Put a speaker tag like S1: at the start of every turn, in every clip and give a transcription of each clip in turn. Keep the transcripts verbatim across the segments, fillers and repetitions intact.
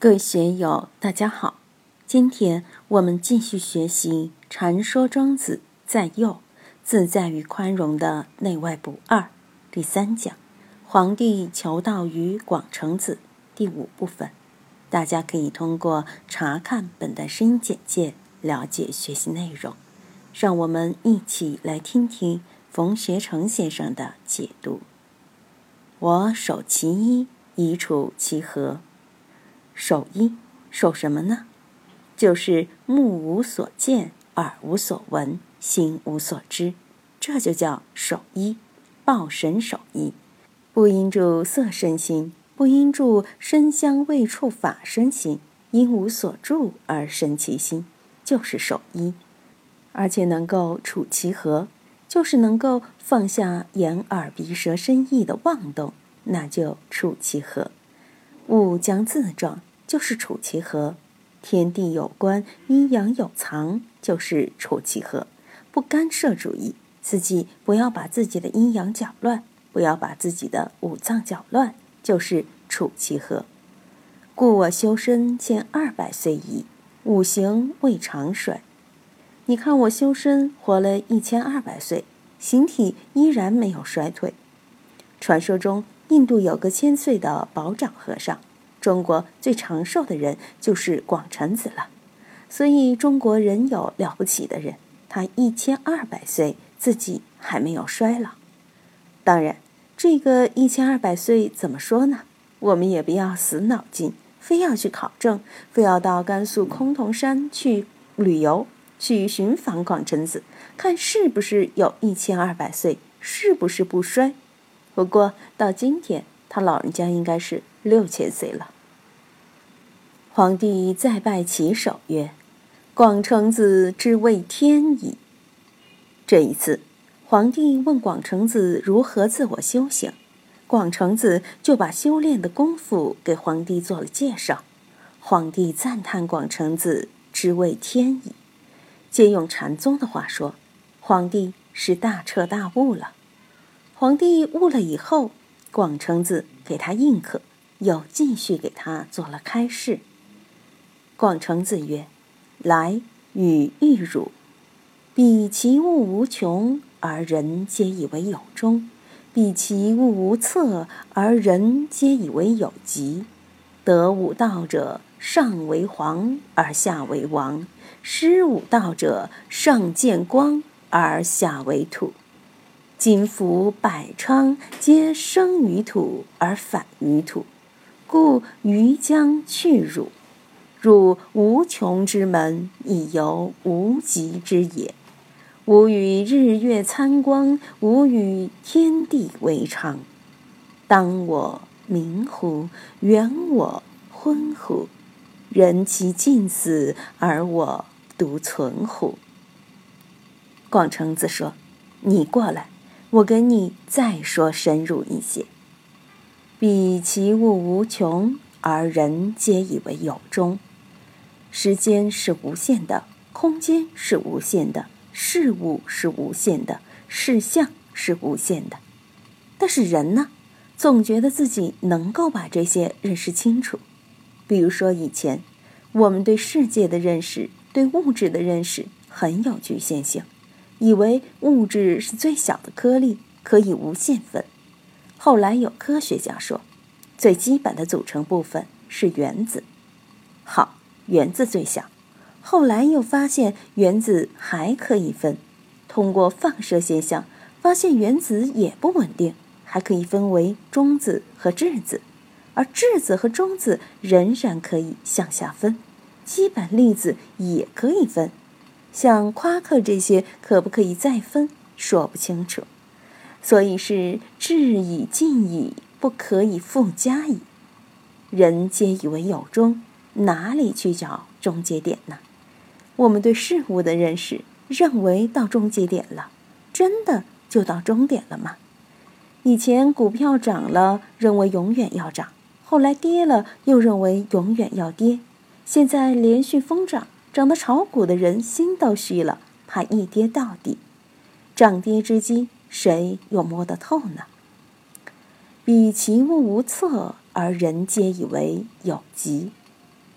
S1: 各位学友大家好，今天我们继续学习禅说庄子在右自在与宽容的内外不二第三讲，皇帝求道于广成子第五部分。大家可以通过查看本段声音简介了解学习内容。让我们一起来听听冯学成先生的解读。我守其一，以处其和。守一，守什么呢？就是目无所见，耳无所闻，心无所知，这就叫守一，抱神守一。不因住色身心，不因住声香味触法身心，因无所住而生其心，就是守一。而且能够处其和，就是能够放下眼耳鼻舌身意的妄动，那就处其和。物将自状，就是处其和。天地有关，阴阳有藏，就是处其和。不干涉主义，自己不要把自己的阴阳搅乱，不要把自己的五脏搅乱，就是处其和。故我修身千二百岁矣，五行未尝衰。你看我修身活了一千二百岁，形体依然没有衰退。传说中印度有个千岁的宝掌和尚，中国最长寿的人就是广成子了。所以中国人有了不起的人，他一千二百岁，自己还没有衰老。当然，这个一千二百岁怎么说呢？我们也不要死脑筋，非要去考证，非要到甘肃崆峒山去旅游，去寻访广成子，看是不是有一千二百岁，是不是不衰。不过到今天，他老人家应该是六千岁了。皇帝再拜其手曰：“广成子之谓天矣。”这一次，皇帝问广成子如何自我修行，广成子就把修炼的功夫给皇帝做了介绍。皇帝赞叹广成子之谓天矣。借用禅宗的话说，皇帝是大彻大悟了。皇帝悟了以后，广成子给他印刻，又继续给他做了开示。广成子曰：“来，与玉汝，彼其物无穷，而人皆以为有终；彼其物无测，而人皆以为有极。得吾道者，上为皇，而下为王；失吾道者，上见光，而下为土。今夫百昌，皆生于土，而反于土。故余将去汝。汝无穷之门，亦犹无极之也。吾与日月参光，吾与天地为常。当我明乎？远我昏乎？人其尽死，而我独存乎？”广成子说：“你过来，我跟你再说深入一些。彼其物无穷，而人皆以为有终。时间是无限的，空间是无限的，事物是无限的，事项是无限的。但是人呢，总觉得自己能够把这些认识清楚。比如说以前，我们对世界的认识，对物质的认识很有局限性，以为物质是最小的颗粒，可以无限分。后来有科学家说，最基本的组成部分是原子。好，原子最小。后来又发现原子还可以分，通过放射现象，发现原子也不稳定，还可以分为中子和质子，而质子和中子仍然可以向下分，基本粒子也可以分。像夸克这些可不可以再分，说不清楚。所以是至矣尽矣，不可以复加矣。人皆以为有终，哪里去找终结点呢？我们对事物的认识，认为到终结点了，真的就到终点了吗？以前股票涨了，认为永远要涨，后来跌了，又认为永远要跌。现在连续疯涨，涨得炒股的人心都虚了，怕一跌到底。涨跌之机，谁又摸得透呢？彼其物无测，而人皆以为有极。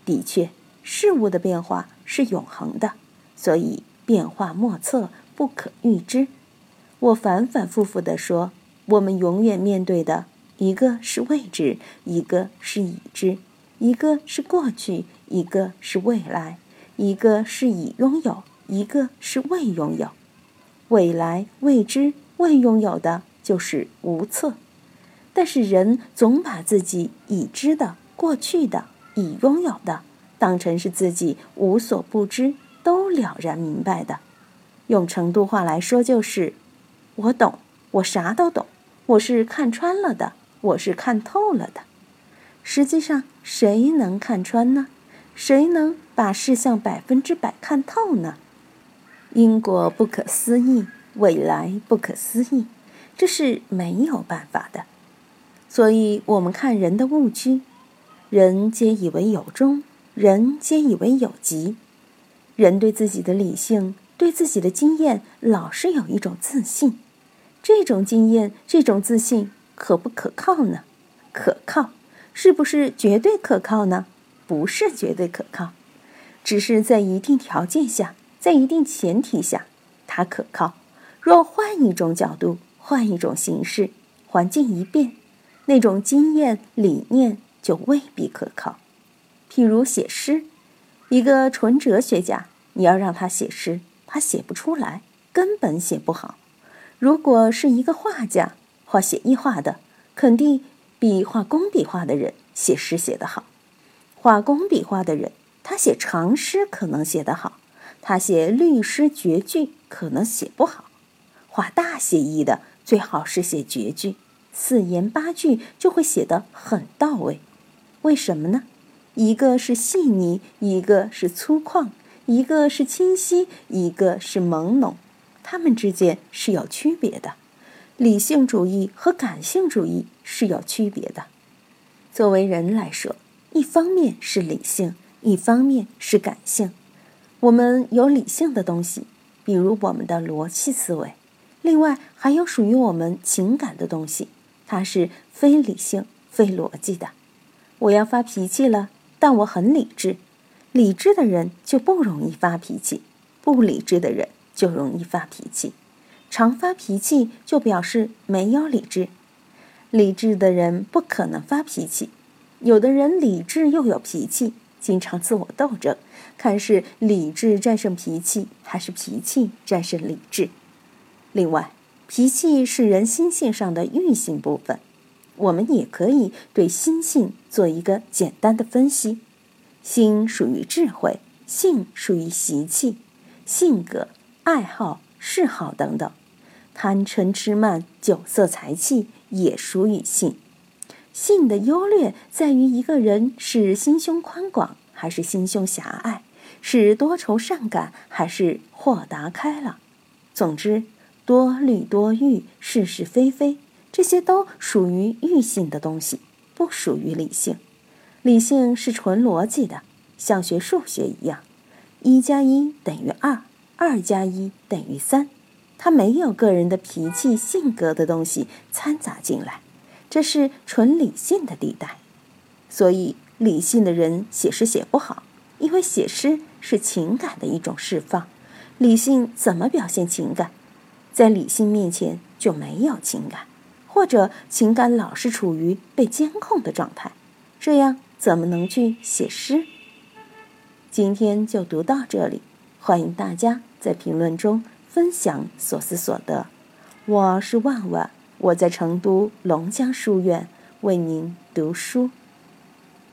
S1: 的确，事物的变化是永恒的，所以变化莫测，不可预知。我反反复复地说，我们永远面对的一个是未知，一个是已知，一个是过去，一个是未来，一个是已拥有，一个是未拥有。未来未知未拥有的就是无测，但是人总把自己已知的、过去的、已拥有的当成是自己无所不知，都了然明白的。用成都话来说就是我懂，我啥都懂，我是看穿了的，我是看透了的。实际上谁能看穿呢？谁能把事项百分之百看透呢？因果不可思议，未来不可思议，这是没有办法的。所以我们看人的误区，人皆以为有终，人皆以为有极。人对自己的理性，对自己的经验，老是有一种自信。这种经验，这种自信可不可靠呢？可靠。是不是绝对可靠呢？不是绝对可靠，只是在一定条件下，在一定前提下，它可靠。若换一种角度，换一种形式，环境一变，那种经验理念就未必可靠。譬如写诗，一个纯哲学家，你要让他写诗，他写不出来，根本写不好。如果是一个画家，画写意画的，肯定比画工笔画的人写诗写得好。画工笔画的人，他写长诗可能写得好，他写律诗绝句可能写不好。画大写意的，最好是写绝句，四言八句就会写得很到位。为什么呢？一个是细腻，一个是粗犷，一个是清晰，一个是朦胧，它们之间是有区别的。理性主义和感性主义是有区别的。作为人来说，一方面是理性，一方面是感性。我们有理性的东西，比如我们的逻辑思维，另外还有属于我们情感的东西，它是非理性、非逻辑的。我要发脾气了，但我很理智。理智的人就不容易发脾气，不理智的人就容易发脾气。常发脾气就表示没有理智。理智的人不可能发脾气。有的人理智又有脾气，经常自我斗争，看是理智战胜脾气，还是脾气战胜理智。另外，脾气是人心性上的欲性部分，我们也可以对心性做一个简单的分析。心属于智慧，性属于习气、性格、爱好、嗜好等等。贪嗔痴慢酒色财气也属于性。性的优劣在于一个人是心胸宽广还是心胸狭隘，是多愁善感还是豁达开朗。总之，多虑多欲，是是非非，这些都属于欲性的东西，不属于理性。理性是纯逻辑的，像学数学一样，一加一等于二，二加一等于三。它没有个人的脾气、性格的东西掺杂进来，这是纯理性的地带。所以理性的人写诗写不好，因为写诗是情感的一种释放。理性怎么表现情感？在理性面前就没有情感，或者情感老是处于被监控的状态，这样怎么能去写诗？今天就读到这里，欢迎大家在评论中分享所思所得。我是万万，我在成都龙江书院为您读书。